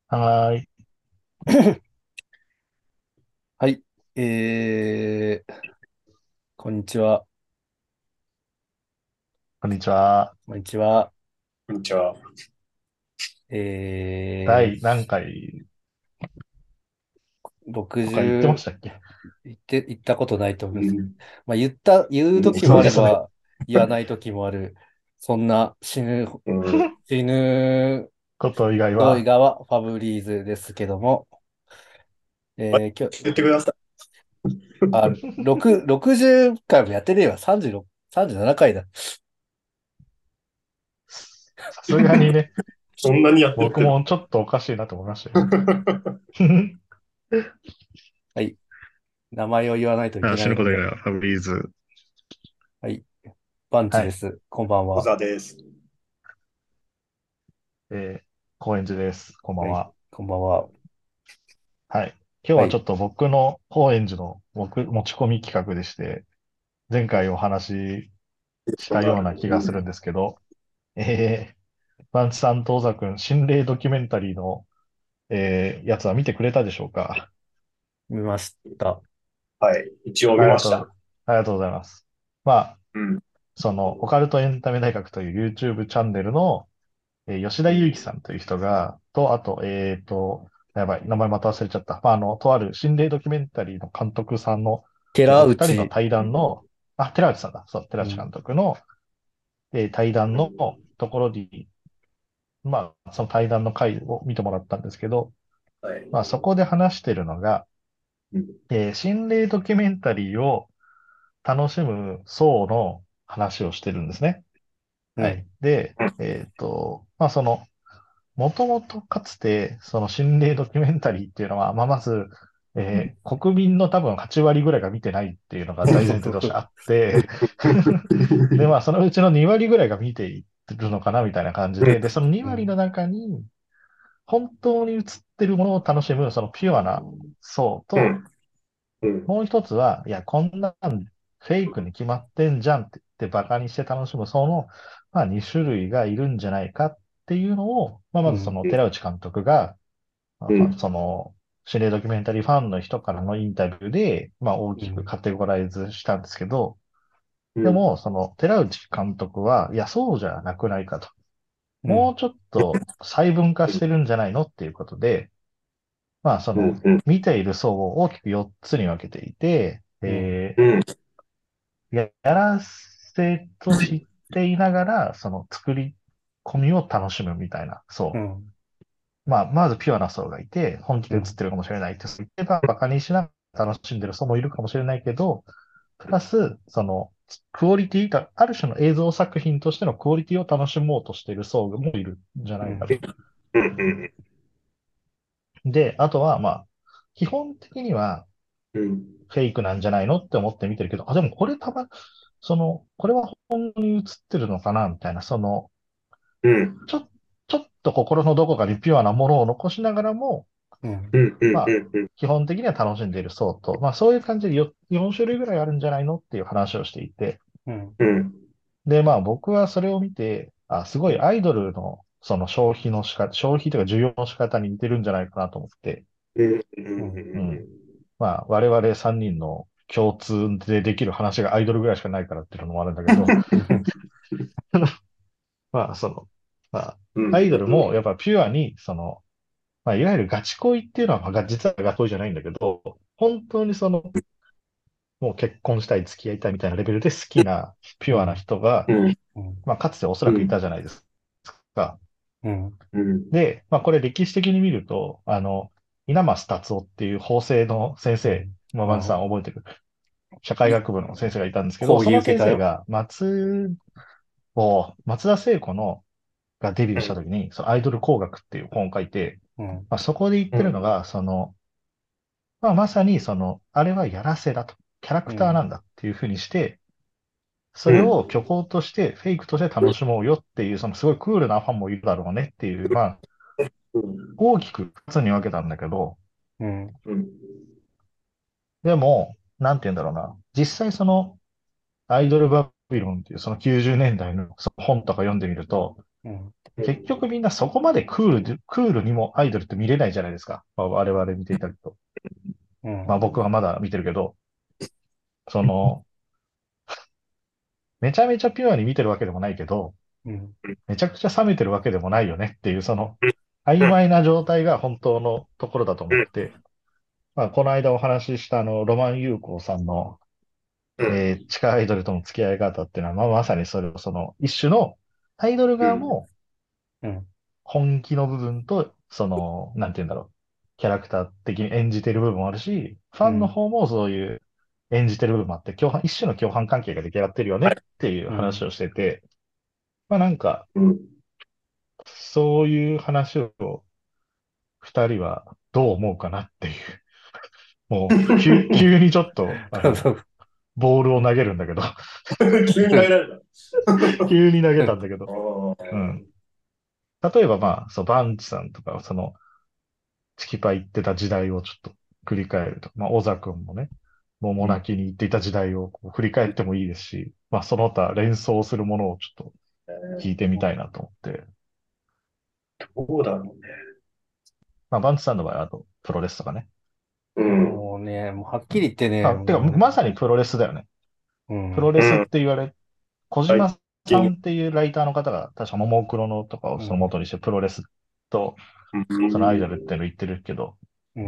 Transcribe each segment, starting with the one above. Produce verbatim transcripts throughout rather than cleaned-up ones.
はーい。 はい。えー、こんにちは。 こんにちは。 こんにちは。 こんにちは。 え第何回ー、 とか言ってましろくじゅう、 たっけ？ 言って、言ったことないと思います。 うん。 まあ、言った、言ううん、 時もあそうですね。 れば、言わない時もある。そんな死ぬ、 うん。 死ぬこと以外は、 人以外はファブリーズですけども、えー、今日、 言ってくださあ、ろく、ろくじゅっかいもやってねえわ。さんじゅうろく、さんじゅうななかいだ。 さすがにね、 い。そんなにやってるっての。 僕もちょっとおかしいなと思いましたよ。 はい。名前を言わないといあ、 けないので、 死ぬこと以外は、ファブリーズ。 はい。バンチはい。 です。こんばん小は。 沢です。 えー、高円寺です。こんばんはい。 は。 こんばんは。 はい。今日はい。 はちょっと僕の高円寺の僕持ち込み企画でして、前回お話ししたようこんなある。 な気がするんうん。 ですけど、えー、パンチさん、東座くん、心霊ドキュメンタリーの、えー、やつは見てくれたでしょうか？ 見ました。 はい。一応あ見ました。 りがとう、ありがとうございます。まあ、 うん。 その、オカルトエンタメ大学という YouTube チャンネルの、えー吉田祐樹さんという人が、と、あと、えっと、やばい、名前また忘れちゃった。まあ、あの、とある心霊ドキュメンタリーの監督さんの、えっ寺と、二人の内。 対談の、あ、寺内さんだ。そう、寺内監うん。 督の、えー対談のうん。 ところに、まあ、その対談の回を見てもらったんですけど、 はい。 まあ、そこで話してるのが、 うん。 えー心霊ドキュメンタリーを楽しむ層の話をしてるんですね。 うん。 はい。で、えっと、まあ、その、もともとかつて、その心霊ドキュメンタリーっていうのは、まあ、まず、えー国民の多分はち割ぐらいが見てないっていうのが大前提としてあって、で、まあ、そのうちのに割ぐらいが見ているのかなみたいな感じで、で、そのに割のうん。 中に、本当に映ってるものを楽しむ、そのピュアな層と、 うん。うん。 もう一つは、いや、こんなんフェイクに決まってんじゃんって言ってバカにして楽しむ、その、まあ、に種類がいるんじゃないかっていうのを、まあ、まずそうん。 の寺内監督が、まあ、 うん。 ファその、心霊ドキュメンタリーファンの人からのインタビューで、まあ、大きくうん。 カテゴライズしたんですけど、 うん。 でも、その、寺内監督は、いや、そうじゃなくないかと。 うん。 もうちょっと細分化してるんじゃないのっていうことで、まあ、そうん。 の、 うん。 見ている層を大きくよっつに分けていて、 うん。 えうん。 ーややらせと知っていながら、その作り込みを楽しむみたいな層。 うん。 まあ、まずピュアな層がいて、本気で映っうん。 てるかもしれないって言ってば、バカにしながら楽しんでる層もいるかもしれないけど、プラス、その、クオリティが、ある種の映像作品としてのクオリティを楽しもうとしている層もいるんじゃないかと。 うん。 で、あとは、まあ、基本的にはうん。 フェイクなんじゃないのって思って見てるけど、あ、でもこれたま、その、これは本当に映ってるのかなみたいな、その、 うん。 ちょ、ちょっと心のどこかにピュアなものを残しながらも、 うん。 うん。うん。 まあ、 うん。 基本的には楽しんでいる層と、まあそういう感じでよよん種類ぐらいあるんじゃないのっていう話をしていて、 うん。 うん。 で、まあ僕はそれを見て、あ、すごいアイドルのその消費の仕方、消費というか需要の仕方に似てるんじゃないかなと思って、 うん。 うん。 うん。まあ我々さんにんの共通でできる話がアイドルぐらいしかないからっていうのもあるんだけど、まあその、まあうん。 アイドルもやっぱピュアに、その、まあいわゆるガチ恋っていうのは、まあ、実はガチ恋じゃないんだけど、本当にそのもう結婚したい、付き合いたいみたいなレベルで好きなピュアなうん。 人が、 うん。 うん。 まあ、かつておそらくいうん。 たじゃないですか。 うん。 うん。 で、まあ、これ歴史的に見ると、あの、稲増達夫っていう法政の先生、 うん。 まあ、マンさあ、 ん覚えてる、社会学部の先生がいたんですけど、 講義その受けたよ。 先生が松を、松田聖子のがデビューした時に、そのアイドル工学っていう本を書いて、 うん。 まあ、そこで言っうん。 てるのが、その、まあ、まさにその、あれはやらせだと。キャラクターなうん。 んだっていうふうにして、そうん。 れを虚構として、フェイクとして楽しもうよっていう、そのすごいクールなファンもいるだろうねっていう、まあ、 うん。 大きくふたつに分けたんだけど、 うん。 うん。 でも、なんて言うんだろうな。実際その、アイドルバビロンっていうそのきゅうじゅうねんだいのその本とか読んでみると、 うん。 結局みんなそこまでクールで、クールにもアイドルって見れないじゃないですか。まあ、我々見ていたりと。 うん。 まあ僕はまだ見てるけど、その、めちゃめちゃピュアに見てるわけでもないけど、 うん。 めちゃくちゃ冷めてるわけでもないよねっていう、その、曖昧な状態が本当のところだと思って、まあ、この間お話ししたあの、ロマン・ユーコーさんの、えー地下アイドルとの付き合い方っていうのは、まあ、まさにそれを、その、一種の、アイドル側もうん。 本気の部分と、その、なんて言うんだろう、キャラクター的に演じてる部分もあるし、ファンのうん。 方もそういう演じてる部分もあって、共犯、一種の共犯関係が出来上がってるよねっていううん。 話をしてて、まあなんか、 うん。 そういう話を二人はどう思うかなっていう、もう、急、急にちょっと、あの、ボールを投げるんだけど、 急に投げられた。 急に投げたんだけど、 ああ、 うん。例えばまあ、そう、バンチさんとか、その、チキパイ行ってた時代をちょっと振り返ると、まあ、小沢くんもね、桃うん。 泣きに行っていた時代をこう振り返ってもいいですし、まあ、その他連想するものをちょっと聞いてみたいなと思って、 どうだろうね。 まあ、バンチさんの場合はあと、プロレスとかね。 うん。 もうね、もうはっきり言ってね、 あ、てか、 もまさにプロレスだよね。 う、うん。 プロレスっうん。 て言われ、小最島さ近、 んっていうライターの方が、確かももクロのとかをそのうん。 元にしてプロレスとうそのアイドルっん。 ていうのを言ってるけど、 うん。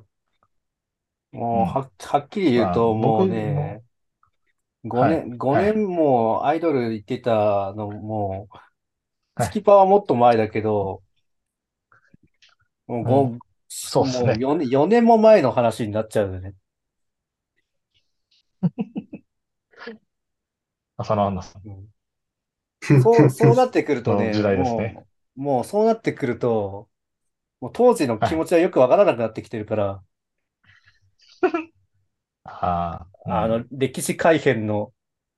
もう、 うん。 は、はっきり言うまあ、 と、もう僕も、 ね、5 はい、 年、5 はい、 年もアイドル行ってたのも、 はい。 スキパはもっと前だけど、もううん。 ご、もうそうですね。 よねん、よねんも前の話になっちゃうよね。 浅野アンナさんうん。そう、そうなってくるとね、 の時代ですね。 もう、もうそうなってくると、もう当時のはい。 気持ちはよくわからなくなってきてるから、 ああ、うん。 あの、歴史改変の、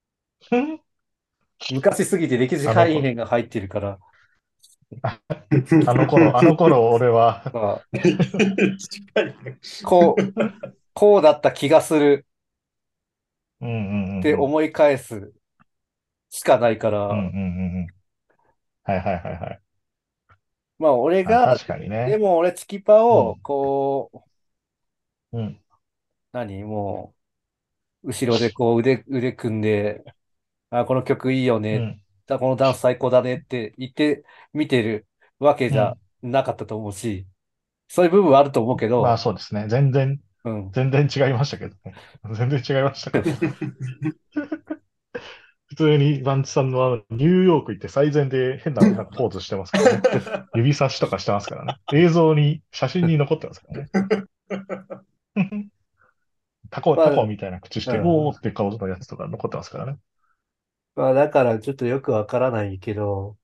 昔すぎて歴史あの頃、 改変が入ってるから、 ああの頃、あの頃、俺はまあ、 近いね。 こう、こうだった気がするうんうんってうんうん。 思い返すしかないから、 うんうんうんうん。はいはいはいはい。 まあ俺あ、 が、 確かにでね。 も俺チキパを、 うん。 こう、 うん。 何もう、後ろでこう腕、腕組んで、あ、この曲いいよね。 うん。 だこのダンス最高だねって言って見てるわけじゃうん。 なかったと思うし、そういう部分はあると思うけまあど、 そうですね。全然、 うん。 全然違いましたけどね。全然違いましたけど。普通にバンチさんのあのニューヨーク行って最前で変ななんかポーズしてますからね。指差しとかしてますからね。映像に、写真に残ってますからね。タコ、 まあ、 タコみたいな口して、おーうん。 って顔のやつとか残ってますからね。 まあだからちょっとよくわからないけど、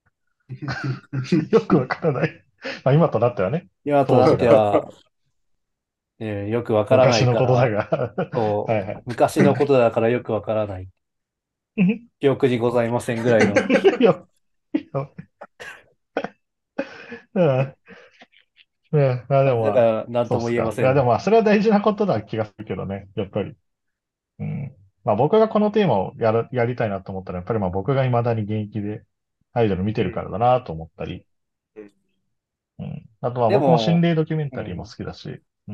よくわからない。まあ今となってはね、 今となって当時がは、えーよくわからな昔のことだいから、 がはいはい。 こう、昔のことだからよくわからない。記憶にございませんぐらいの。 いや、いやうんね、あ、でもまあ、 だから何とも言えまそうっすか。いや、でもせんね。 まあ、それは大事なことな気がするけどね、やっぱり。うん。まあ僕がこのテーマをやる、やりたいなと思ったら、やっぱりまあ僕が未だに現役でアイドル見てるからだなと思ったり、うん。あとまあ僕も心でも、 霊ドキュメンタリーもうん、 好きだし、うん。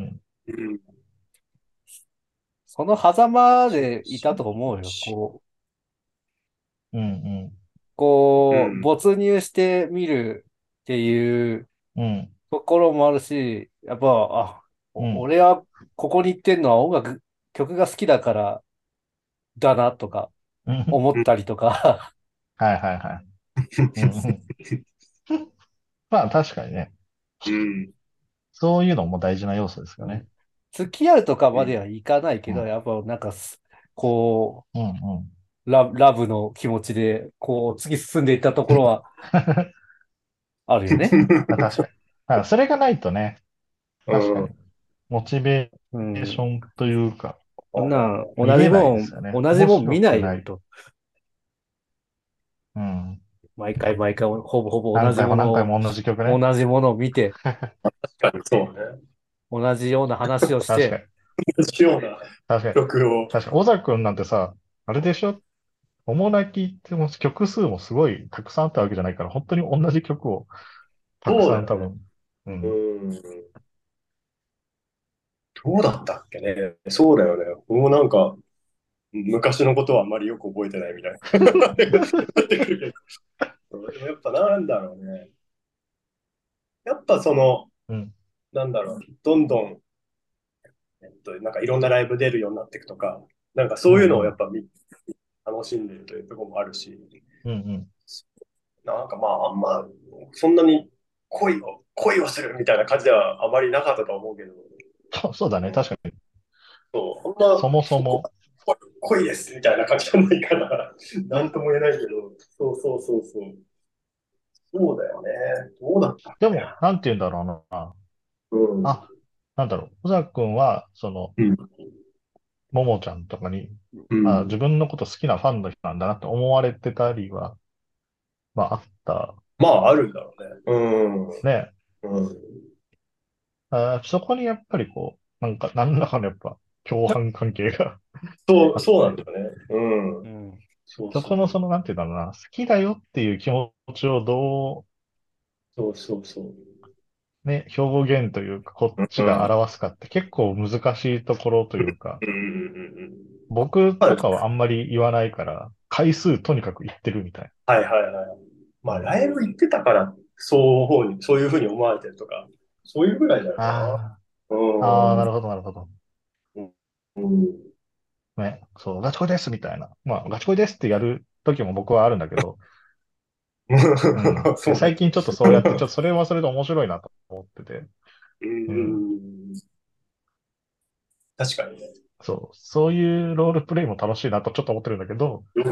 その狭間でいたと思うよ。こう、 うん、 こう、没入してみるっていううん、うん、 ところもあるし、やっぱ、あ、 うん、 お俺はここに行ってんのは音楽、曲が好きだからだなとかうん。 思ったりとか、 はいはいはい。うん、うん。まあ確かにね、そういうのも大事な要素ですよね。 うん、付き合うとかまではいかないけど、 うん、 やっぱなんかす、こうん、うん。 う、ラ、ラブの気持ちで、こう、突き進んでいったところはあるよね。 まあ確かに。まあそれがないとね、確かに、モチベーシうん。 ョンというか、 こんなん、同見れないでじもん、 すよね。 同じ面白もん見なくない。 いよと。 うん。 毎回毎回、ほぼほぼ同何じものを、 回も何回も同じ曲ね。 同じものを見て、 確かにそうね。 同じような話をして、 確かに。 同じような確かに。 曲を。 確かに。小沢くんなんてさ、あれでしょ桃泣きっても曲数もすごいたくさんあったわけじゃないから、本当に同じ曲をたくそうだよね。 さん多分、うん。 うん。どうだったっけね。そうだよね。もうなんか、昔のことはあんまりよく覚えてないみたいな。なってくるけど。でもやっぱなんだろうね。やっぱその、 うん。 なんだろう。どんどん、えっと、なんかいろんなライブ出るようになっていくとか、なんかそういうのをやうんうん。 っぱ見楽しんでるというところもあるし、 うんうん。 なんかまあ、あんま、そんなに恋を、恋をするみたいな感じではあまりなかったとは思うけど、 そうそうだね。確かに。 そう、あんま、 そもそそこ、 も。 恋恋ですみたいな感じじゃないから、なんとも言えないけど、そうそうそうそう。そうだよね。どうだったっけな。 でも、なんて言うんだろうな。 うん。 あ、なんだろう。小沢くんは、その、 うん。 ももちゃんとかに、あ、 うん。 自分のこと好きなファンの人なんだなって思われてたりは、まあ、あったまあ、あるんだろうね。うん。 ね。 うん。 あ、そこにやっぱりこう、なんか、何らかのやっぱ、共犯関係がそう、 あって、 そうなんだよね。うん。 うん。 そうそう。 そこのその、なんて言うんだろうな、好きだよっていう気持ちをどそうそうそう。 う、ね、表現というか、こっちがうん。 表すかって結構難しいところというか、 うん。うん。うん。 僕はいとかはあんまり言わないから、回数とにかく言ってるみたいはいはいはい。まな。 あ、 うん。 ライブ行ってたから、そう、そういうふうに思われてるとか、そういうぐらいだよあな。 あ、ああ、 うん。 なるほど、なるほど。 うん。 ね、そう、ガチ恋ですみたいな。まあ、ガチ恋ですってやる時も僕はあるんだけど、うん。で、 そうね。 最近ちょっとそうやって、ちょっとそれはそれで面白いなと思ってて、 ううん。 ん。確かにね。 そう、そういうロールプレイも楽しいなとちょっと思ってるんだけど、 うん。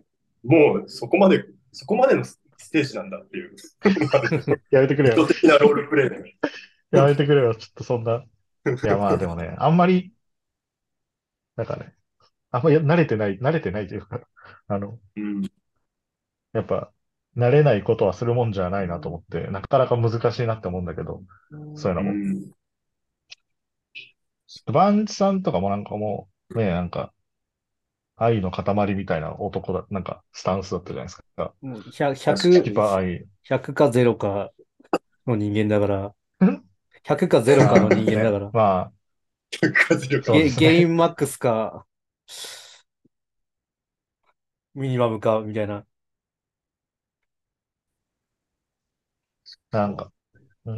もう、そこまで、そこまでのステージなんだっていう、 やめてくれよ。 意図的なロールプレイで。 やめてくれよ。ちょっとそんな。いや、まあでもね、あんまり、なんかね、あんまり慣れてない、慣れてないというか、あの、 うん。 やっぱ、慣れないことはするもんじゃないなと思って、なかなか難しいなって思うんだけど、そういううのも。 ん。 バンチさんとかもなんかもう、ね、なんか、愛の塊みたいな男だ、なんか、スタンスだったじゃないですか。 もうひゃく、 確かキひゃく、 パ愛。 ひゃくかゼロかの人間だから、 んひゃくかゼロかのあ人あ、ね。 間だから、 まあ、 に。活力は。 そうでゲ、ゲイすね。 ンマックスか、ミニマムか、みたいな。 なんか、うん、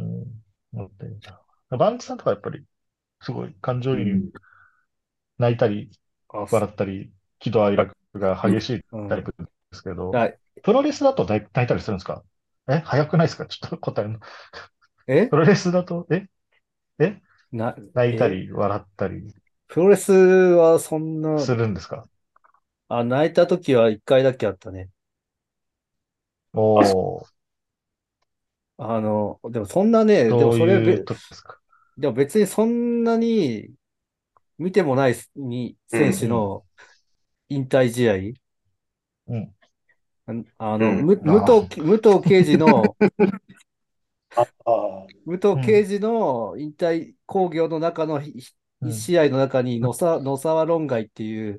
なんていうんだろう。バンチさんとかやっぱり、すごい感情移入、 うん。 泣いたり、 あ、す笑ったり、喜怒哀楽がうん。 激しいうん。 タイプですけど、 あ、 プロレスだと泣い泣いたりするんですか？え早くないですか？ちょっと答えるの。 えプロレスだと、ええな、え泣いたり、笑ったりプロレスはそんな、 するんですか？ あ、泣いた時はいっかいだけあったね。 あ、そおー、 あの、でもそんなね、でもどういうそれべ、 時ですか？ でも別にそんなに見てもないに選う。うん。 うん、 手の引退試合、 うん、 ああの、 うん。 む武あ藤、武藤敬司の、 ああ。 武藤ー、うん、 敬司の引退興行の中のひ一うん、 試合の中に野沢、野沢論外っていう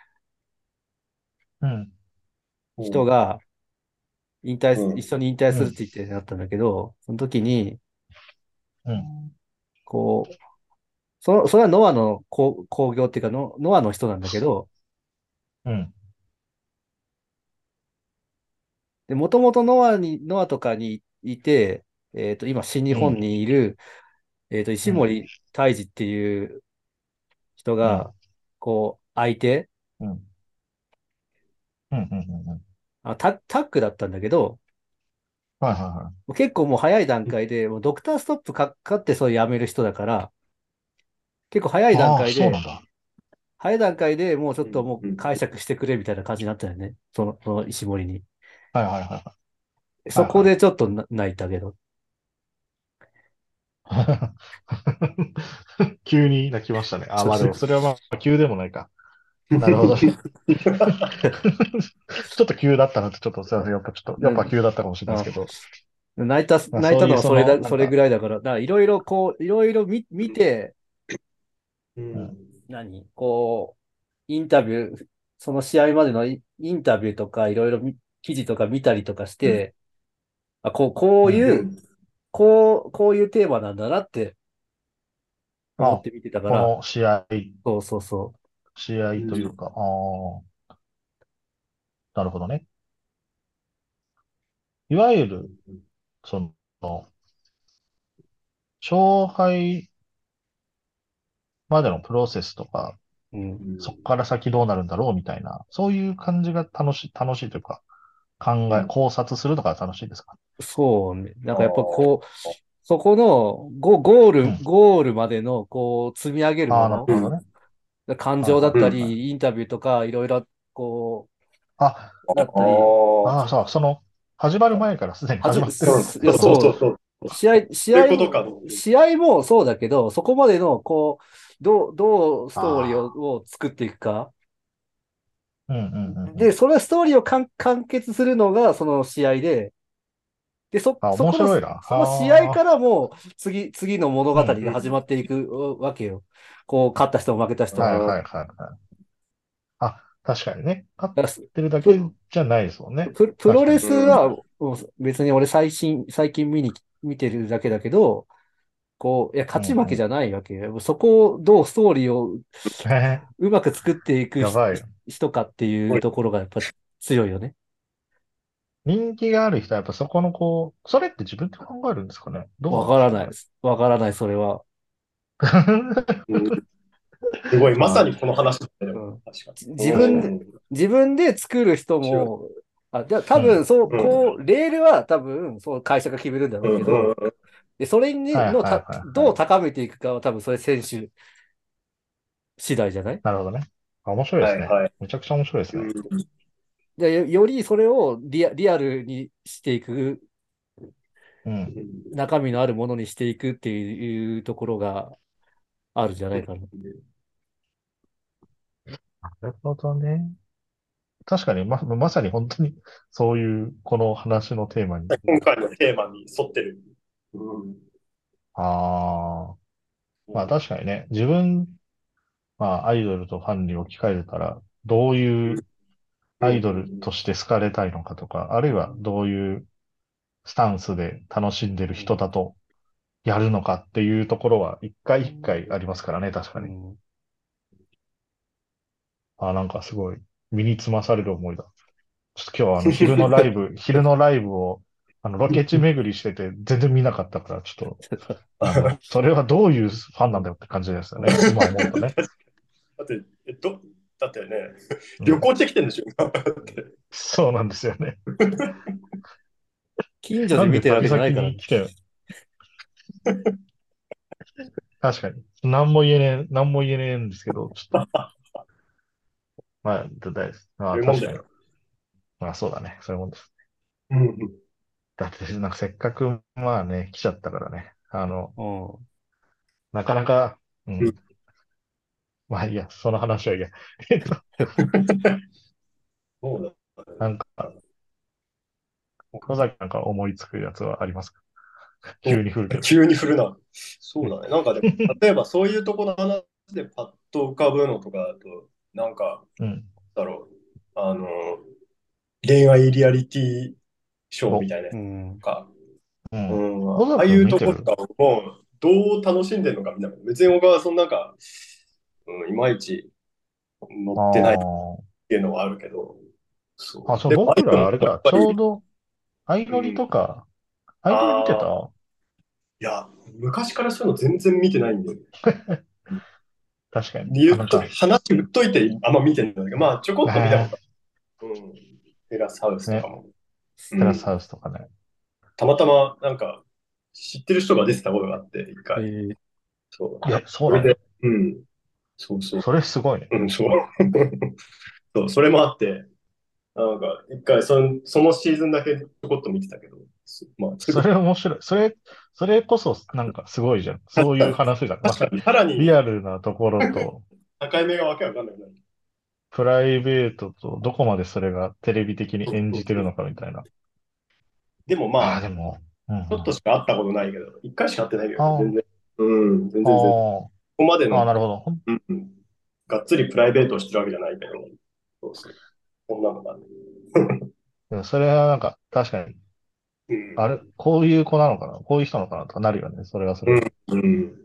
うん、 うん。 人が引退す、一うん。 緒に引退うん、 するって言ってなったんだけど、その時に、 うん、 こう、そ、それはノアの興興行っていうかノ、ノアの人なんだけど、 うん、 で、もともとノアに、ノアとかにいて、えっと、今、新日本うん、 にいる、えっと、石うん、 森泰治っていう人うん、 が、こう、相手、 うん、うん、うん、うん、 あ、タ、タッグだったんだけど、 はいはいは結構もう早い段階で、もうドクターストップかかってそう辞める人だから、結構早いい。 段ああ、 階で、 そうなんだ。 早い段階でもうちょっとうん。 もううん。 解釈してくれみたいな感じになったよね。その、その石森に。 はいはいはいはい。 そはいはこでちょっとな泣いたけど。 い。急に泣きましたね。あ、まあでもそれはまあ急でもないか。なるほどね。ちょっと急だったなって、ちょっとすいません。やっぱちょっと、やっぱな急だったかもしれないですあけど。 泣いた、 まあ、 泣いたそういうその、 のはそれだ、それぐなんか、 らいだから、だからいろいろこう、いろいろ見、見て、 ううん、 ん。 何こう、インタビュー、 その試合までのイインタビューとかいろいろみ記事とか見たりとかしうん。 て、あ、こう、こういう、 うん。 こう、こういうテーマなんだなって思っあ、 て見てたかこら、 の試合、 そうそうそ試合というか、ああ、なるほどね。いわゆる、その、勝敗までのプロセスとか、 う。うん。 そこから先どうなるんだろうみたいな、そういう感じが楽しい、楽しいというか、考え、 うん。 考察するのが楽しいですか？ そうね。なんあかやっぱあ。 こう、そこのゴ、ゴール、 うん。 ゴールまでのこう、積み上げるああ、なるもうん。 ほどね。 の、感はい情だっはいはいはい。 たり、インタビューとか、いろいろこあ、 う、だったり、 あああ、そう、その、始まる前からすでにはじ、 始まってるっあ。うん。 てこすいや、 とか。 そうそそう、 うそうそう。 試合、試合、 そういうことかと思って。 試合もそうだけど、そこまでの、こう、どう、どうストーリーあを、を作っていくか。 あ、うんうんうんうん。 で、そのストーリーを完完結するのが、その試合で、で、そ、 あ、 そこの、 面白いな。 その試合かああ、 らもう、次、次の物語うん。 が始まっていくわけよ。こう、勝った人も負けた人も。 ああ。 はいはいはいはい。あ、確かにね。勝っだからてるだけプ、 じゃないですもんね。 プ、プロレ確かに。 スは、 うん。 もう別に俺最新、最近見に、見てるだけだけど、こう、いや、勝ち負けじゃうんうん。 ないわけよ。そこをどうストーリーをへへ、 うまく作っていくひやばいよ。 人かっていうところがやっぱ強いよね。 人気がある人はやっぱそこのこう、それって自分で考えるんですかね？どうわなんですかね、あれ。 からないです。わからない、それは。 うん。すごい、ままあ、 さにこの話だよね。 うん。 確かじに。 自分で、 うん。 自分で作る人違う。 も、あ、じゃあ多分、 うん。 そう、 うん。 こう、レールは多分、そう会社が決めるんだろうん。 うけど、 うん。 で、それにはいはいのた、 はいはい。 どう高めていくかは多分それ選手次第じゃない。 なるほどね。あ、面白いですね。 はいはい。 めちゃくちゃ面白いですね。 うん。 で、よよりそれをリア、リアルにしていく、 うん。 中身のあるものにしていくっていうところがあるんじゃないかな。 なるほどね。確かに、ま、まさに本当にそういう、この話のテーマに。 今回のテーマに沿ってる。うん。 ああ、まあそ確かにね、自分、まあアイドルとファンに置き換えれたら、どういう。 ううん。 アイドルうん。 として好かれたいのかとか、あるいはどういうスタンスで楽しんでるうん。 人だとやるのかっていうところは一回一回ありますからね、確かに。 うん。 あ、なんかすごい身につまされる思いだ。ちょっと今日はあの昼のライブ、昼のライブをあのロケ地巡りしてて全然見なかったから、ちょっと、あの、それはどういうファンなんだよって感じですよね。今思うとね。 だって、えっと、だってね、 うん。 旅行してきてんでしょ、今だって。 そうなんですよね。 近所なんでで見てるわけ旅先じゃないからね。 に来て、確かに。何も言えねえ、何も言えねえんですけど、ちょっと、まあ、だだまあ、確かに。 そういうもんだよ。 まあ、そうだね。そういうもんです。 うん。 だって、なんかせっかく、まあね、来ちゃったからね。あの、 うん。 なかなか、ううん。 ん。まあいいや、その話はいいや。えっと、 そうだなんか、小崎なんか思いつくやつはありますか？ ね。 急に振るけど。 急に振るな。そうだうん。 ね。なんかでも、例えばそういうところの話でパッと浮かぶのとかだと、なんか、 うん。 だろう。あの、恋愛リアリティショーみお、 たいなやつうん。 とか、ううん。 ん、あ小崎君あいう見てる？ ところとかをもうどう楽しんでるのかみたいな。別に僕はそのなんか、うん、いまいち乗あってないっあ。 ていうのはあるけど、そあ、 う。 そう、 でも、ああい僕うのもらあれか、ちょうやっぱり、 ど、相乗りうん、 とか、相乗り見てああ、 た？ いや、昔からそういうの全然見てないんで、 確かに。あ、 言っと、 なんか、 話振っといてあんま見てないんだけど、まあ、ちょこっと見たこねとある。うん。テラスハウスえ、ね、 とかも。うん。 テラスハウスとかね。 たまたま、なんか、知ってる人が出てたことがあって、一回。 えー、 そう。 え、そうなの？ それで、うん。そうそう。 それすごいね。 うん、そう。そう、それもあって、なんか、一回その、そのシーズンだけちょこっと見てたけど、すまあ、すそぐ、 れ面白い。それ、それこそ、なんかすごいじゃん。そういう話が。まあ、 確かに、さらにリアルなところと、 境目がわけわかんなくなる。 プライベートと、どこまでそれがテレビ的にそう演じてるのそうそう。 かみたいな。 でもまああ、 あ、 でも、うんうん。 ちょっとしか会ったことないけど、一回しか会ってないけどね、全あ然。うん、全あ、 然全然。こあこまであ、ああ、 の、 なるほど。ほんうん、がっつりプライベートをしてるわけじゃないけど、 そうそう。こんなのがね。 でもそれはなんか、確かに、 うん。 あれ、こういう子なのかな、こういう人なのかなとかなるよね。それはそれうん。 で。 うん。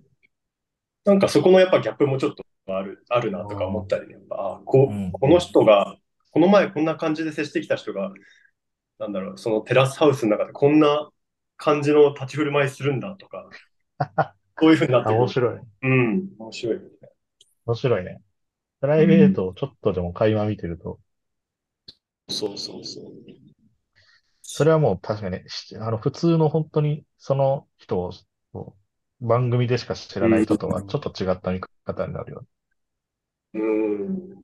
なんかそこのやっぱギャップもちょっとある、あるなとか思っあたりね。やっぱ、あ、こう、 うん、 このうん。 人が、この前こんな感じで接してきた人が、なんだろう、そのテラスハウスの中でこんな感じの立ち振る舞いするんだとか、そういう風になっあ、 てくる。 面白い。 うん、面白いよね。 面白いね。プライベーうん。 トをちょっとでも垣間見てると、 そうそうそう。 それはもう確かにね、しあの、普通の本当にその人を、こう番組でしか知らないうん、 人とはちょっうん。 と違った見方になるよね。 うん。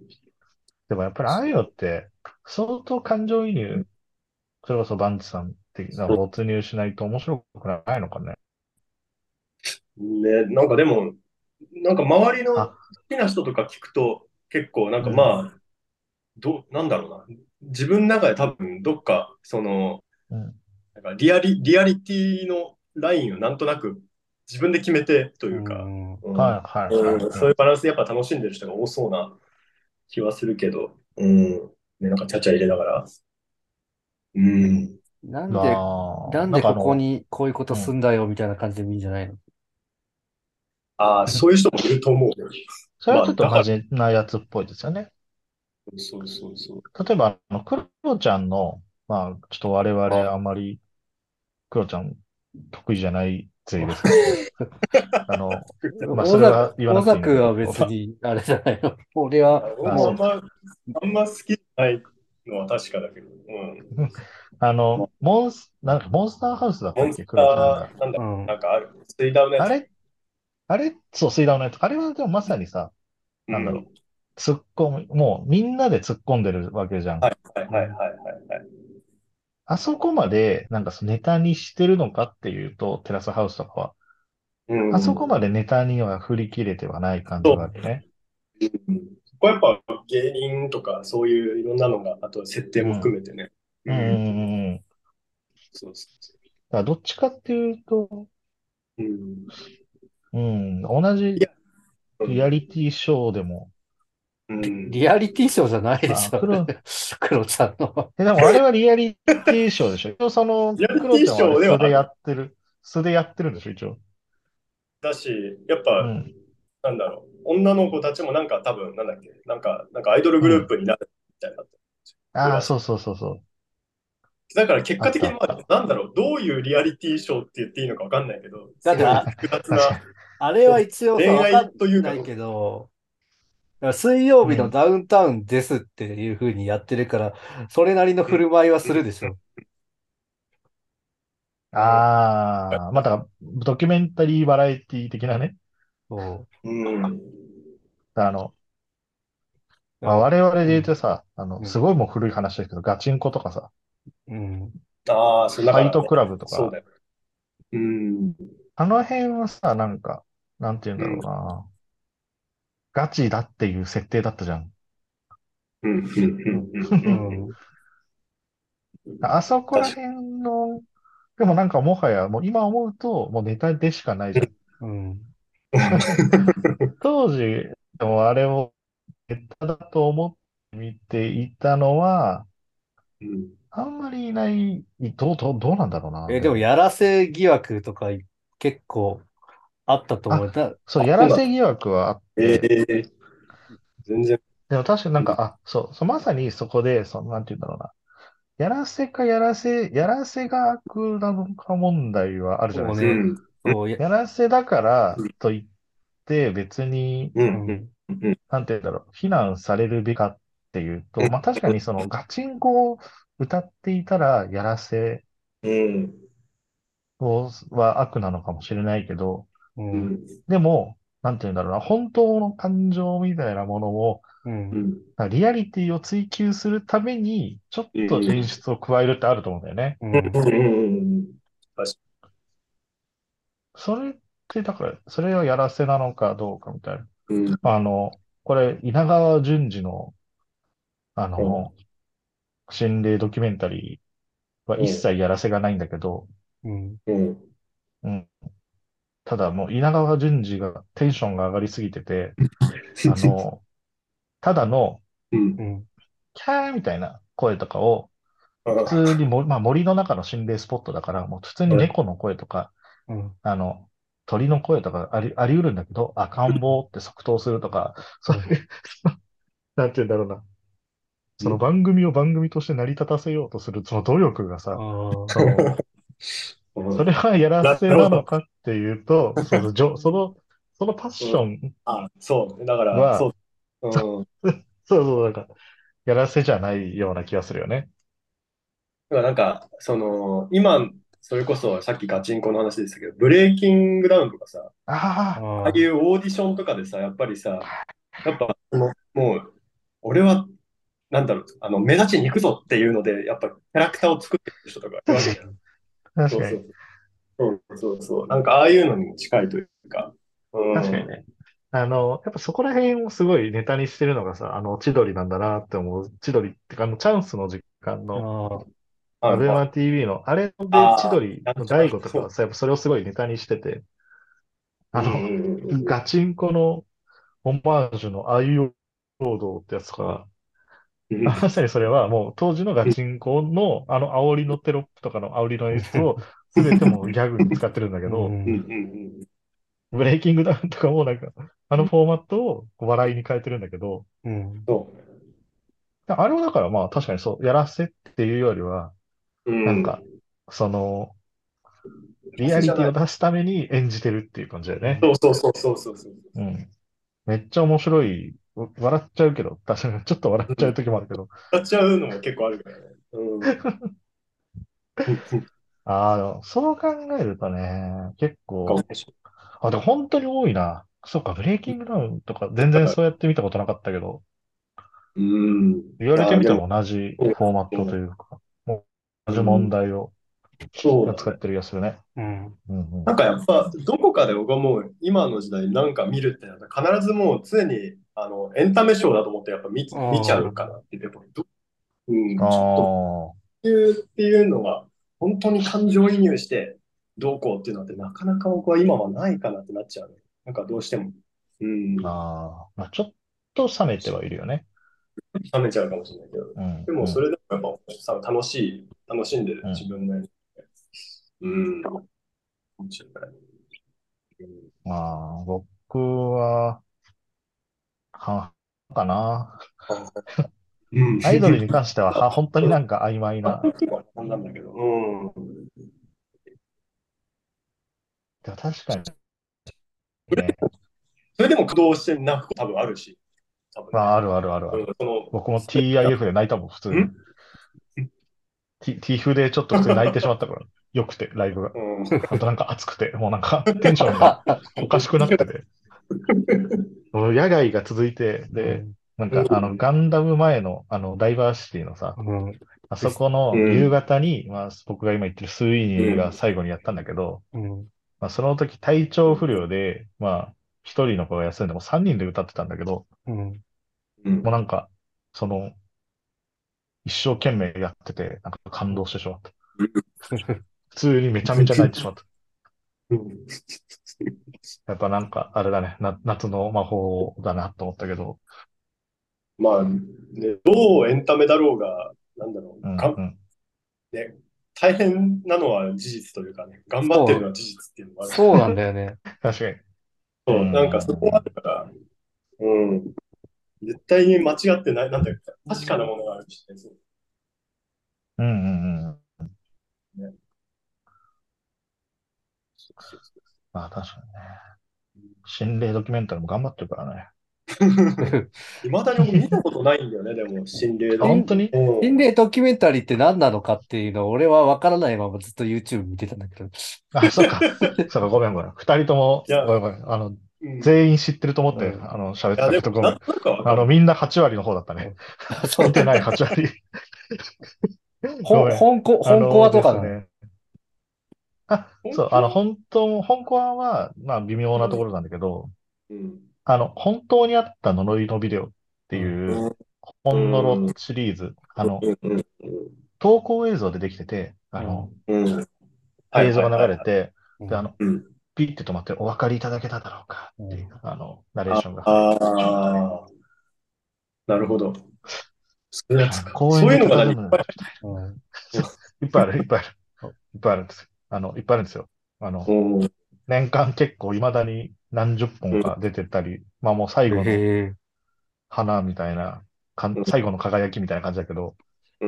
でもやっぱりああいうのって、相当感情移入、それこそバンチさん的なそ没入しないと面白くないのかね。 うね、なんかでも、なんか周りの好あ、 きな人とか聞くと、結構なんかうん、 まあ、どう、なんだろうな。自分の中で多分どっか、その、 うん。 なんかリアリ、リアリティのラインをなんとなく自分で決めてとういうか、 ん。 うん、 はい、はい、はい。 うん、 うん。 そういうバランスでやっぱ楽しんでる人が多そうな気はするけど、うん、ね、なんかちゃちゃ入れながら、うん、 なんで、なああ、 んでここなんかあの、 にこういうことうん。 すんだよみたいな感じでもいいんじゃないの？ ああ、そういう人もいると思う。 それはちょっとまあ、だから、 マジなやつっぽいですよね。 そうそうそう。 例えば、あの、クロちゃんの、まあ、ちょっと我々あんまり、クロちゃん得意じゃない勢ですけど、あの、まあ、それ大作、 は言わなくていいんだ大作はけど、 別に、あれじゃないの。俺は、 俺あ、 もあんま、 そうか。 あんま好きじゃないのは確かだけど、うん。 あの、 まあモンス、なんかモンスターハウスだったモンスっけ、クロちゃんが。 ター、なんだ、 うん、 なんかある。水ダウのやつ。 あれあれそう、水道のやつ。あれはでもまさにさ、 うん。 なんだろう。突っ込む、もうみんなで突っ込んでるわけじゃん。 はいはいうん、 はいはいはいはい。 あそこまで、なんかそのネタにしてるのかっていうと、テラスハウスとかは、 うあそこん。 までネタには振り切れてはない感じそう。 があるよね。 うん。そこはやっぱ芸人とかそういういろんなのが、あと設定も含うん。 めてね。ううんうんん。 うんうん。だかそうそうそらどっちかっていうと、 う。うん。 うん、同じいや、うん。 リアリティショーでも、 うリ、 ん。 リアリティショーじゃないでまあ、 しょ。 黒、 クロちゃんの。 え、でもあれはリアリティショーでしょ。一応その、 リアリティシクロちゃんはあれ素でやョーではある。 ってる。素でやってるんでしょ、一応。 だし、やっぱ、 うん。 なんだろう。女の子たちもなんか多分、なんだっけ。なんか、なんかアイドルグルーうん。 プになるみたいな。 ああ、 らしい。 そうそうそうそう。 だから結あっ果的に、まあ、 たあった。 なんだろう、どういうリアリティショーって言っていいのかわかんないけど、 だって、 すごいあ、 複雑な、 確かに。 あれは一応さ、 恋わかん愛というか、 ないけど、水曜日のうん。 ダウンタウンですっていう風にやってるから、それなりのうん、 振る舞いはするでしょ。 うん、 ああ、また、ドキュメンタリーバラエティ的なね。 そうん、 あの、 う。 まあ、 あ、 我々でうん、 言うとさ、あの、 うん、 すごいもう古い話ですけど、ガチンコとかさ、 うん、 ああ、そう、だからね、 ファイトクラブとか、 そうだよ。うん、 あの辺はさ、なんか、なんて言うんうん、 だろうな。ガチだっていう設定だったじゃん。 うん、うん、うん、 うん、 うん、 ううん。 ん、 あそこら確か辺の、でもなんかもはや、もう今思うと、もうネタでしかないじゃん。 うん。 に。 当時、でもあれをネタだと思って見ていたのは、 うん、 あんまりいない、どう、どう、どうなんだろうな、 え、でも、 でも。 やらせ疑惑とか結構あったと思う。 あ、 だ、 そう、 あ、そうなんだ。 やらせ疑惑はあっえて、 え、全然。 でも確かになんうん、 か、あ、そう、そう、まさにそこで、その、なんて言うんだろうな。やらせかやらせ、やらせが悪なのか問題はあるじゃないですか。 そうね。 うん、うん、 そう、や、 やらせだからといって別に、 うん、うん、 うん、 うん、 なんて言うんだろう、非難されるべきかっていうと、まあ確かにそのガチンコを歌っていたらやらせうん、 をは悪なのかもしれないけど、 うん、 うん、 でも、なんて言うんだろうな、本当の感情みたいなものを、 うん、 うん、 リアリティを追求するために、ちょっうん、 と演出を加えるってあると思うんだよね。 うん、 うん、うん、確かそれって、だから、それをやらせなのかどうかみたいな。 に。うん、 あの、これ、稲川淳二の、あうん、 の、心霊ドキュメンタリーは一うん、 切やらせがないんだけど、 うん、 うん、 うん。ただもう稲川淳二がテンションが上がりすぎてて、あの、ただの、 うん、 うん。 キャーみたいな声とかを、 うん普通にも、まあ、森の中の心霊スポットだから、もう普通に猫の声とか、 うん。 あの、鳥の声とかあり、あり得るんだけど、赤ん坊って即答するとか、そういう、なんて言うんだろうな。その番組を番組として成り立たせようとする、その努力がさ、 あその、それはやらなせるほど。 なのかっていうと、そうそう、じょその、そのパッうん。 ションあ、そうね。だから、そは、 う。うん。 そうそう、なんか、やらせじゃないような気がするよね。 だからなんか、その、今、それこそさっきガチンコの話でしたけど、ブレイキングダウンとかさ、 あ。 あああいうオーディションとかでさ、やっぱりさ、やっぱ、そのもう、俺は、なんだろう、あの、目立ちに行くぞっていうので、やっぱキャラクターを作ってる人とかいあ、 るわけじゃん。 うん。 確かに、 そうそうそう。そうそう。なんか、ああいうのにも近いというか、うん。 確かにね。あの、やっぱそこら辺をすごいネタにしてるのがさ、あの、千鳥なんだなって思う。千鳥ってか、あの、チャンスの時間あの、 あ。 はいはい。 アベマ ティーブイ の、あれで千ああ、 鳥のやっちゃう。そう。 大悟とかはさ、やっぱそれをすごいネタにしてて、 うんうあの、 んうんうんガチンコのオマージュのあいうえお労働ってやつとか、 うん。 まさにそれはもう当時のガチンコのあの煽りのテロップとかの煽りの演出をすべてもうギャグに使ってるんだけうど、 うんうん。 んブレイキングダウンとかもなんか、あのフォーマットをこう笑いに変えてるんだけど、 うん。 そあれはだからまあ確かにそう、やらせっていうよりは、 う。うん。 なんか、その、リアリティを汗じゃない。 出すために演じてるっていう感じだよね。 そうそうそうそうそうそう。 うん。めっちゃ面白い。わ笑っちゃうけど、確かにちょっと笑っちゃううん。 時もあるけど。 やっちゃうのも結構あるからね。うん。うんうん。 ああ、でもそう考えるとね、結構、 か面白あ、でも本当に多いな。そっか、ブレイキい。 ングダウンとか全然そうやって見たことなかったけど、 うん。い言われてや、でも、 みたら同じそうフォーマットとそいうか、もう同じ問ううん。 題をそうだね。 扱ってる気がするね。 うん。 うんうん。 なんかやっぱ、どこかで僕はもう、今の時代なんか見るってなったら、必ずもう常に、あの、エンタメショーだと思ってやっぱ見、見ちゃうかなっていう。やっぱどうあん、ちょっとあ、 っていうっていうのが、本当に感情移入してどうこうっていうのってなかなか僕は今はないかなってなっちゃうね。なんかどうしても。うん。 ああ、まあちょっと冷めてはいるよね。 冷めちゃうかもしれないけど。 うん、 でもそうん、 れでもやっぱさ、楽しい、楽しんでるうん。 自分のやつ。うん。かもしれない。うんまあ、僕は、は、かな。 うん。 アイドルに関しては、は、本当になんか曖昧あ、 な。 結構こんなんだけど。うん。 でも確かにね。 それでも駆動して泣くこと多分あるし、多分ね。 まあ、あるあるあるある。 うん。その、 僕も ティーアイエフ で泣いたもん、普通に。 ん T、ティーフでちょっと普通に泣いてしまったから。よくて、ライブが。 うん。 あとなんか熱くて、もうなんかテンションがおかしくなってて。もう野外が続いて、で、 うん。 なんかあの、 うん。 ガンダム前のあの、ダイバーシティのさ、 うん。 あそこの夕うん。 方に、まあ、僕が今言ってるスイーニーがうん。 最後にやったんだけど、 うん。 まあ、その時体調不良で、まあ、一人の子が休んでも三人で歌ってたんだけど、 うん。 うん。 もうなんか、その、一生懸命やってて、なんか感動してしまった。普通にめちゃめちゃ泣いてしまった。 うん。 やっぱなんか、あれだね、な、夏の魔法だなと思ったけど、 まあ、ね、どうエンタメだろうが、なんだろう、 うん、 が、 うん。 ね、大変なのは事実というかね、頑張ってそう、 るのは事実っていうのもあるかそうなんだよね。 確かに。うら、そう、なんかそこはあん、 るから、うん、絶対に間違ってない、なんていうか、確かなものがあるしね、そううん、うん、うん。 ね。そうそうそまあ確かにね。心霊ドキュメンタリーも頑張ってるからね。 う。いまだに僕見たことないんだよね、でも、心霊あ、 だ。 心、 本当に。 うん。 心霊ドキュメンタリーって何なのかっていうのを俺は分からないままずっと YouTube 見てたんだけど。 あ、そっか。そっか、ごめんごめん。二人とも、 いや、 ごめんごめん。あの、 うん。い全員知ってると思って、 うん。 あの、喋ってや、でも、 たけど、ごめん。 なんとなくはわかあの、 る。 みんなはち割の方だったね。 うん。そう。 見てないはち割。ごほ、 めん。 本コ、本コアあのとかなの？ ですね。あ、そう、あの、 本当は本当、本コアは、まあ、微妙なところなんだけど、 うん。 あの、本当にあった呪いのビデオってうん。 いう、 うん。 本ノロうん。 シリーズ、あの、 うん。うん。 投稿映像でできてて、あの、 うん。 うん。はい映像がはいはいはい。 流れて、で、あうん。 の、 うん。 ピッて止まってお分かりいただけただろうかっていう、 うん。 あの、ナレーあションが。 あー、なるほど。 そういうやつか。 公園でそういうのが何？ 佇むな。 うん。 そういっぱいある、いっぱいある。いっぱいあるんですよ。あの、いっぱいあるんですよ。あの、 おー、 年間結構未だに何十本うん、 か出てたり、まあもう最へ後のえ、 花みたいな、かん最後の輝きみたいな感じだけど、 うん。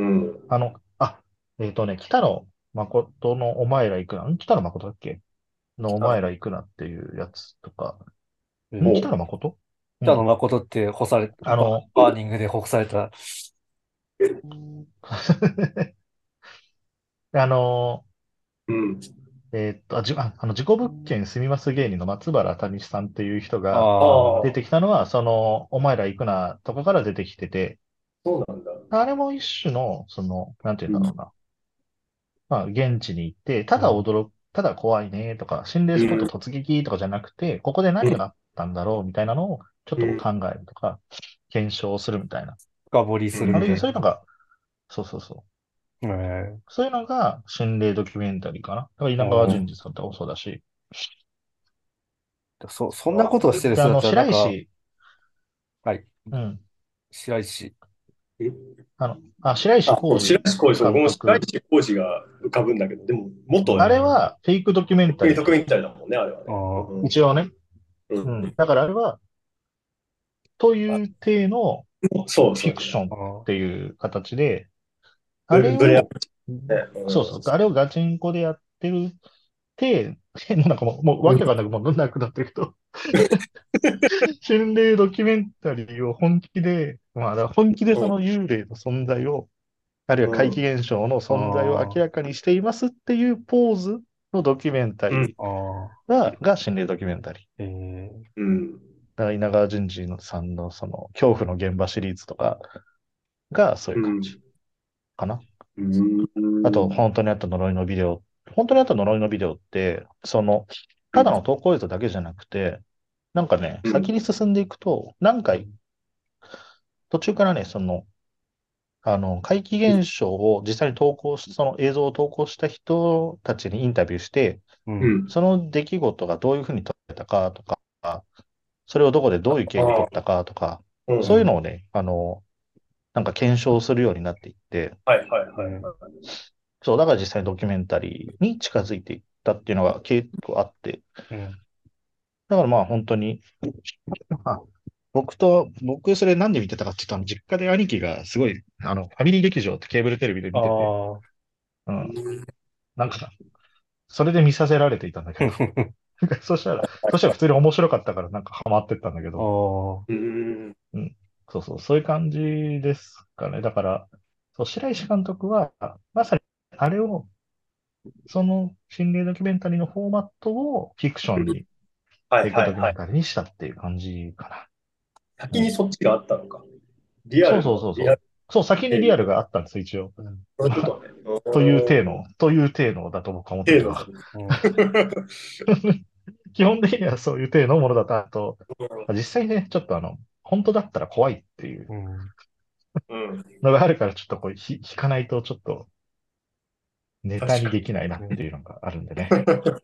あの、あ、えっとね、北野誠のお前ら行くな、ん北野誠だっけのおあの、 前ら行くなっていうやつとか、ん北えー、 おう。 野誠う北野ん。 誠って干され、バ、 あの、 バーニングで干された。 あの、 うん。 えっと、あ、じ、あ、あの、事故物件住みます芸人の松原谷志さんっていう人がああ、 出てきたのは、その、お前ら行くなとかから出てきてて、 そうなんだ。 あれも一種の、その、なんて言ううん。 んだろうな。まあ、現地に行って、たうん、 だ驚く、ただ怖いねとか、心霊スポットうん。 突撃とかじゃなくて、ここでうん。 何があったんだろうみたいなのを、ちょっうん。 とこう考えるとか、検証するみたいな。 深掘りうん。 あるいするみたいな。 はそういうのが、そうそうそう。 ええ、 そういうのが心霊ドキュメンタリーかな。だから稲川あ淳二さんとかもそうだし。 あ、そ、そんなあ、 ことをしてるで、あの、 人たちは、なんか、 白石、 はい、 うん。 白石。 んあの、あ、白石あ、そう、白浩二石浩二、そう、僕も白監督。 石浩二が浮かぶんだけど、でも、元あれうん、あはフェイクドキュメンタリー。 国特みたいだもんね、あれはね。 あ、 うん。 一応ね。 ううん。 ん。 だからあれは、とあ、 いう体のそうそうそう。 フィクションっああ、 ていう形で、あブレ、ブレアれを、 ね。 そうそう、あれをガチンコでやってる体、もうなんかもう、もううん。 わけわかんなくもうどんなくなってるけど、心霊ドキュメンタリーを本気で、まあ、だから本気でその幽霊の存在を、あるいは怪奇うん。 現象のあ存在を明あ、 らかにしていますっていうポーズのドキュメンタうん。 リああ、 ーが、が心霊ドキュメンタリー。 ええ、 うん。 だから稲川淳二さんのその恐怖の現場シリーズとかがそういう感じうん。 かな。 うん。 あと、 うん。 本当にあった呪いのビデオ。本当にあった呪いのビデオって、その、ただの投稿映像だけじゃなくて、なんかね、 うん。 先に進んでいくと、何回、途中からね、その、あの、怪奇現象を実際に投稿し、その映像を投稿した人たちにインタビューして、 うん、 うん。 その出来事がどういうふうに撮れたかとか、それをどこでどういう経緯で撮ったああ、 かとか、 うん。 そういうのをね、あの、なんか検証するようになっていって、 はいはいはいうん、 はい。 そう、だから実際にドキュメンタリーに近づいていったっていうのが結構あって、 うん、 だからまあ本当に、まあ僕と、僕それなんで見てたかって言ったら、実家で兄貴がすごい、あの、ファミリー劇場ってケーブルテレビであ見てて、 あ、 うん、 うん。 なんか、それで見させられていたんだけど、そしたら、そしたら普通に面白かったからなんかハマってったんだけあど、 あ、 うん。 うん、そうそう、そういう感じですかね。だから、そう、白石監督は、まさにあれを、その心霊ドキュメンタリーのフォーマットをフィクションに、 はいフェイクはいはい。 ドキュメンタリーにしたっていう感じかな。 先うん。 にそっちがあったのか。リアそうルの、リアルそうそうそう。そう、先にリアルがあったんです、一応。 うん、 そういうことね。 という体うーん。 の、という体のだと僕は思ってるけど。 程度だね。 うん、 基本的にはそういう体のものだったと、実際ね、ちょっとあの、本当だったら怖いっていううん、 うん。うん。 のがあるから、ちょっとこう、ひ、引かないとちょっとネタ確かにできないなうん、 っていうのがあるんでね。 に。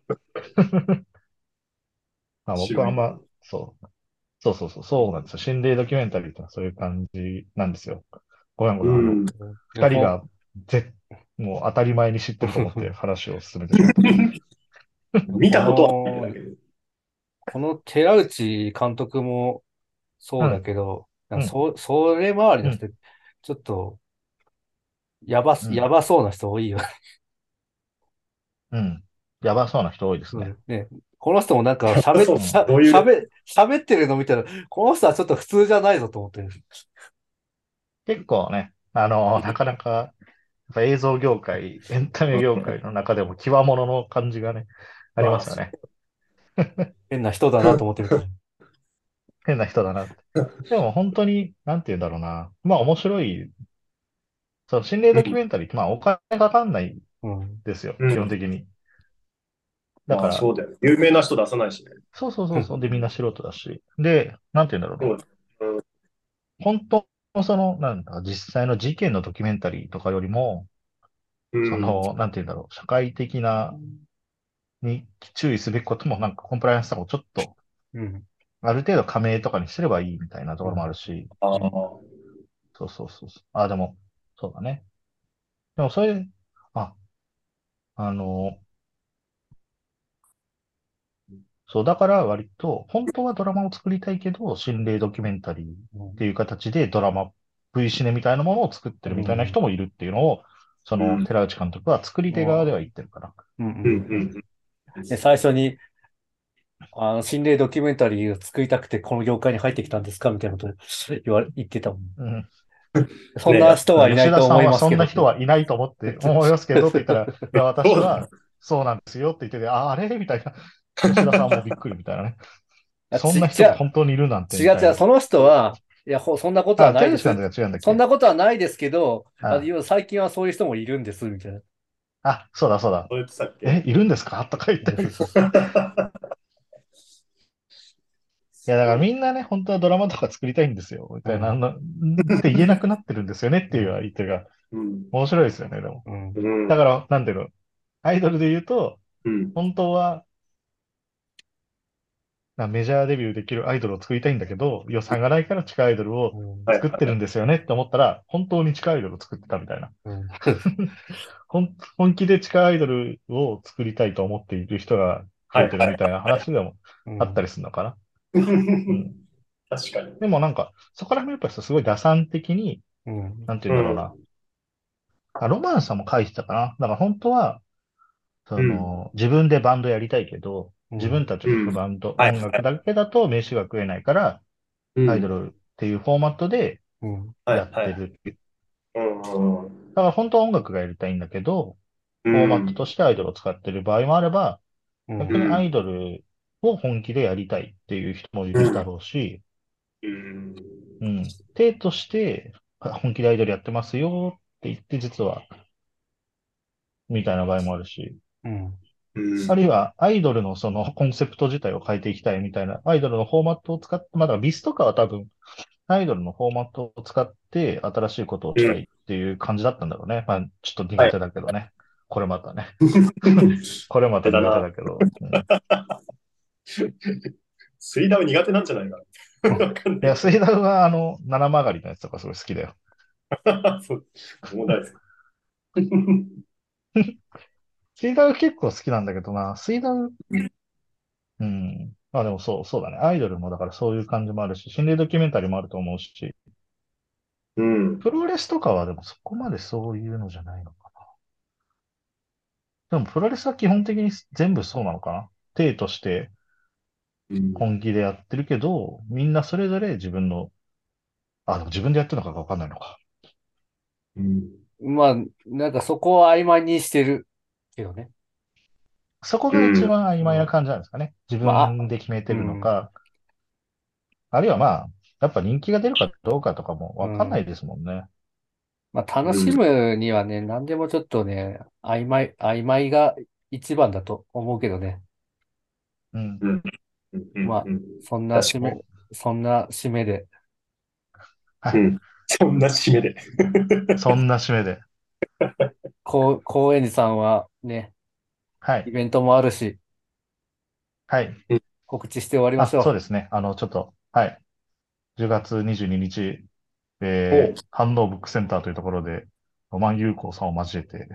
まあ僕白いな。 はあんま、そう、そうそうそう、そうなんですよ。心霊ドキュメンタリーってのはそういう感じなんですよ。ごめんごめん、あの、 うん。 で、ほ二人がぜ、もう当たり前に知ってると思って話を進めてしまったけど。 見こたことはあるの、 だけど。 この寺内監督もそうだうん、 けど、なんうん、 かそ、それ周りうん、 の人、ちょっと、やばす、 うん、 やばそうな人多いよ。 うん。やばそうな人多いですね。 うん、ね。この人もなんか喋っ、 そう。 うん。 しゃ、 どういうレベル？ 喋、喋ってるの見たら、この人はちょっと普通じゃないぞと思ってる。 結構ね、あの、なかなか、やっぱ映像業界、エンタメ業界の中でも際物の感じがね、ありまあ、そますよね。 変な人だなと思って見てる。 変な人だなって。でも本当に、なんて言うんだろうな。まあ面白い、その心霊ドキュうん。 メンタリーって、まあお金かかんないうん。 ですよ、基本うん。 的に。だまあ、 から、 そうだよね。有名な人出さないしね。 そうそうそうそう。で、みんな素人だし。で、なんて言うんだろうな。 そうだ。うん。 本当のその、なんだ、実際の事件のドキュメンタリーとかよりも、 うん。 その、なんて言うんだろう。社会的な、に注意すべきことも、なんかコンプライアンスとかもちょっと、 うん。 ある程度加盟とかにすればいいみたいなところもあうん。 るし、 ああ。 そうそうそうそう。あ、でも、そうだね。でもそれ、あ、あの、そう、だから割と、本当はドラマを作りたいけど、心霊ドキュメンタリーっていう形でドラマ、V シネみたいなものを作ってるみたいなうん。 人もいるっていうのを、そのうん。 寺内監督は作り手側では言ってるから。 うんううん。 ん。 うん。 で、最初に、あの、心霊ドキュメンタリーを作りたくてこの業界に入ってきたんですかみたいなこと言われ、言ってたもん。 うん。 そんね、や、 な人はいないと思い吉田さんはますけどって。 そんな人はいないと思って思いますけどって言ったら、いや、私そうだね。 はそうなんですよって言ってて、あ、あれみたいな。吉田さんもびっくりみたいなね。 あ、ち、 そんな違う、 人が本当にいるなんて違う違う、 みたいな。 その人は、いや、ほそんなことはあ、 ないです。 寺内監督が違うんだっけ？ そんなことはないですけど、あの、 あ、 要は最近はそういう人もいるんです、みたいな。 あ、そうだそうだ。 そう言ってたっけ？ え、いるんですかとか言って。いや、だからそう。 みんなね、本当はドラマとか作りたいんですよ。みたいな、あうん。 んな、んって言えなくなってるんですよねっていううん相手がうん。 面白いですよね、でも。 うん。 うん。 だから、なんていうの、アイドルで言うと、 うん。 本当はなメジャーデビューできるアイドルを作りたいんだけど、予算がないから地下アイドルをうん。 はい作ってるんですよねって思ったら、本当に地下アイドルを作ってたみたいな。 うん。 本本気で地下アイドルを作りたいと思っている人が増えてるはいはいみたいなはい。 話でもうん。 あったりするのかな。うん。 確かに。 でもなんか、そこら辺やっぱりすごい打算的に、 うん。 なんて言ううん。 んだろうな。あ、ロマンさんも書いてたかな。だから本当は、そうん。 の、自分でバンドやりたいけど、自分うん。 たちのうん。 バンド、 はい音楽はい。 だけだと飯が食えないから、 うん。 アイドルっていうフォーマットでうん。 やはいはい。 ってる。 うん。うん。 だから本当は音楽がやりたいんだけど、 うフォーマットん。 としてアイドルを使ってる場合もあれば、 うん。 逆にアイドルを本気でやりたいっていう人もいうん。 るだろうし、 うん。 うん。体として本気でアイドルやってますよって言って実は、みたいな場合もあるし、 うん。 うん。 あるいはアイドルのそのコンセプト自体を変えていきたいみたいな、アイドルのフォーマットを使って、まあだからビスとかは多分、アイドルのフォーマットを使って新しいことをしたいっていう感じだったんだろうね。まあちょっとはい。 苦手だけどね。これまたね。これまた苦手手だな。 だけど。うん、 水ダウ苦手なんじゃないかな。わかんないや、 いけど。 水ダウはあの、七曲りのやつとかすごい好きだよ。 そう。重たいです。 水ダウ結構好きなんだけどな。水ダウ、うん。まあでもそう、そうだね。アイドルもだからそういう感じもあるし、心霊ドキュメンタリーもあると思うし、 うん。 プロレスとかはでもそこまでそういうのじゃないのかな。でもプロレスは基本的に全部そうなのかな。体としてうん。 本気でやってるけど、みんなそれぞれ自分の、あ、でも自分でやってるのかわかんないのか。 うん。 まあ、なんかそこを曖昧にしてるけどね。 そこうん。 が一番曖うん。 昧な感じなんですかね。自まあ、 分で決めてうん。 るのか、あるいはまあ、やっぱ人気が出るかどうかとかもうん。 わかんないですもんね。 まあ、楽しうん。 むにはね、何でもちょっとね、曖昧、曖昧が一番だと思うけどね。 うん。 うん。うん。うん。 まあ、 うん。 そんな締め、 確かに。 そんな締めで、 はい。 うん。そんな締めで。 そんな締めで。 こう、高円寺さんはね、 はい。 イベントもあるし、 はい。 うん。 告知して終わりましあ、そうょですね。あの、ちょっと、はい。じゅうがつにじゅうににち、 おう。 えー、飯能ブックセンターというところで、ロマン友好さんを交えて、